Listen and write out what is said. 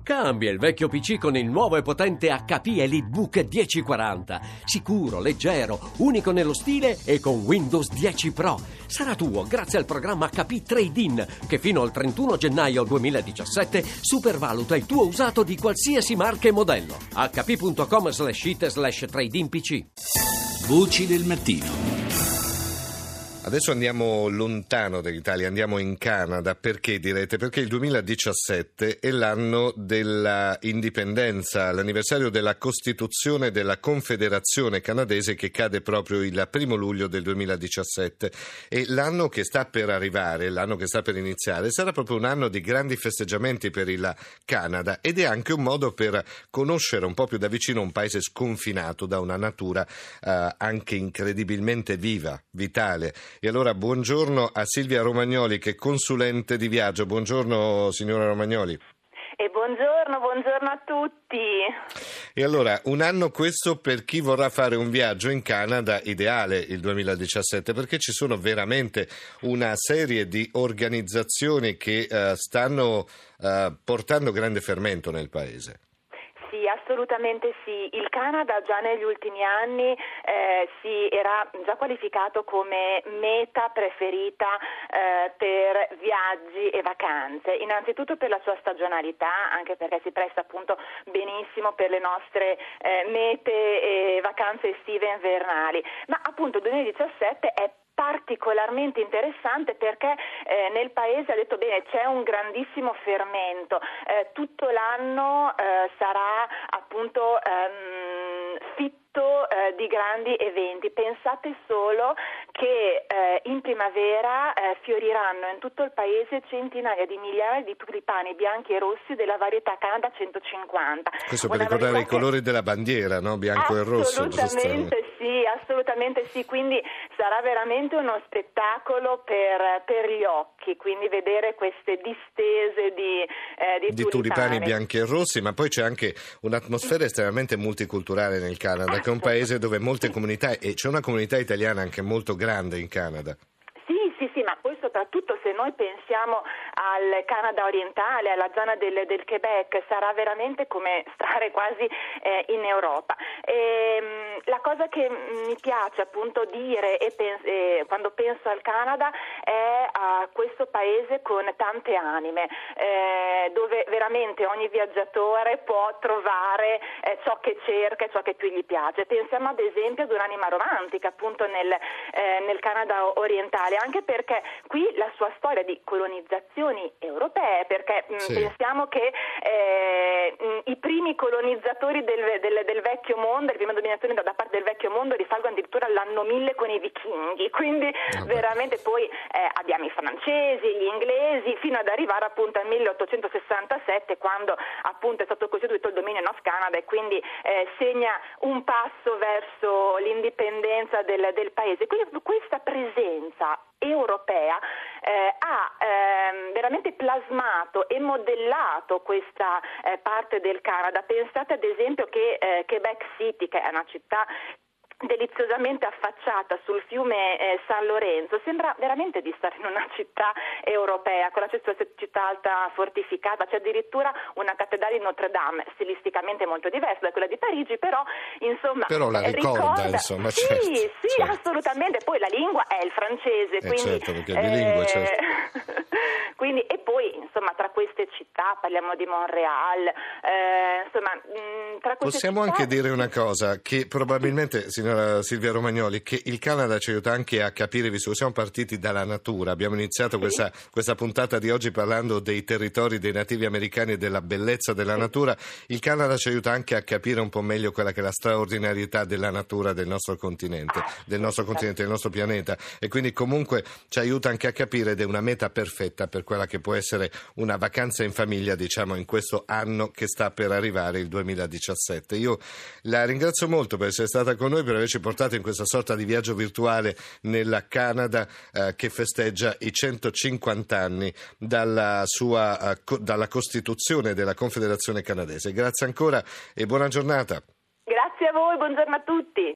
Cambia il vecchio PC con il nuovo e potente HP EliteBook 1040. Sicuro, leggero, unico nello stile e con Windows 10 Pro. Sarà tuo grazie al programma HP Trade-in che fino al 31 gennaio 2017 supervaluta il tuo usato di qualsiasi marca e modello. hp.com/it/trade-in-PC. Voci del mattino. Adesso andiamo lontano dall'Italia, andiamo in Canada. Perché direte? Perché il 2017 è l'anno della indipendenza, l'anniversario della Costituzione della Confederazione canadese che cade proprio il 1 luglio del 2017. E l'anno che sta per arrivare, l'anno che sta per iniziare, sarà proprio un anno di grandi festeggiamenti per il Canada ed è anche un modo per conoscere un po' più da vicino un paese sconfinato da una natura anche incredibilmente viva, vitale. E allora buongiorno a Silvia Romagnoli che è consulente di viaggio. Buongiorno signora Romagnoli. E buongiorno a tutti. E allora un anno questo per chi vorrà fare un viaggio in Canada ideale il 2017, perché ci sono veramente una serie di organizzazioni che stanno portando grande fermento nel paese. Sì, assolutamente sì. Il Canada già negli ultimi anni si era già qualificato come meta preferita per viaggi e vacanze. Innanzitutto per la sua stagionalità, anche perché si presta appunto benissimo per le nostre mete e vacanze estive e invernali. Ma appunto il 2017 è particolarmente interessante perché nel paese ha detto bene c'è un grandissimo fermento, tutto l'anno sarà appunto fitto di grandi eventi. Pensate solo che in primavera fioriranno in tutto il paese centinaia di migliaia di tulipani bianchi e rossi della varietà Canada 150. Questo per ricordare i colori della bandiera, no? Bianco e rosso. Assolutamente sì, quindi sarà veramente uno spettacolo per gli occhi, quindi vedere queste distese di tulipani bianchi e rossi, ma poi c'è anche un'atmosfera estremamente multiculturale nel Canada, che è un paese dove molte comunità, e c'è una comunità italiana anche molto grande in Canada. Sì, ma poi soprattutto se noi pensiamo al Canada orientale, alla zona del Quebec, sarà veramente come stare quasi in Europa. La cosa che mi piace appunto dire quando penso al Canada è a questo paese con tante anime, dove veramente ogni viaggiatore può trovare ciò che cerca e ciò che più gli piace. Pensiamo ad esempio ad un'anima romantica appunto nel Canada orientale, anche perché qui la sua storia di colonizzazioni europee, perché pensiamo che i primi colonizzatori del vecchio mondo, le prime dominazioni da parte del vecchio mondo risalgono addirittura all'anno 1000 con i vichinghi, quindi veramente poi abbiamo i francesi, gli inglesi, fino ad arrivare appunto al 1867 quando appunto è stato costituito il Dominion of Canada e quindi segna un passo verso l'indipendenza del paese. Quindi questa presenza europea ha veramente plasmato e modellato questa parte del Canada. Pensate ad esempio che Quebec City, che è una città deliziosamente affacciata sul fiume San Lorenzo, sembra veramente di stare in una città europea, con la stessa città alta fortificata. C'è addirittura una cattedrale di Notre Dame, stilisticamente molto diversa da quella di Parigi, però insomma la ricorda insomma. Sì, certo. Assolutamente. Poi la lingua è il francese, quindi certo, perché è bilingue, certo. Quindi, e poi insomma tra queste città parliamo di Montreal, insomma tra queste possiamo città... anche dire una cosa, che probabilmente signora Silvia Romagnoli, che il Canada ci aiuta anche a capire, visto che siamo partiti dalla natura, abbiamo iniziato questa puntata di oggi parlando dei territori dei nativi americani e della bellezza della natura. Il Canada ci aiuta anche a capire un po' meglio quella che è la straordinarietà della natura del nostro continente, del nostro pianeta, e quindi comunque ci aiuta anche a capire, ed è una meta perfetta per quella che può essere una vacanza in famiglia, diciamo, in questo anno che sta per arrivare, il 2017. Io la ringrazio molto per essere stata con noi, per averci portato in questa sorta di viaggio virtuale nella Canada che festeggia i 150 anni dalla Costituzione della Confederazione canadese. Grazie ancora e buona giornata. Grazie a voi, buongiorno a tutti.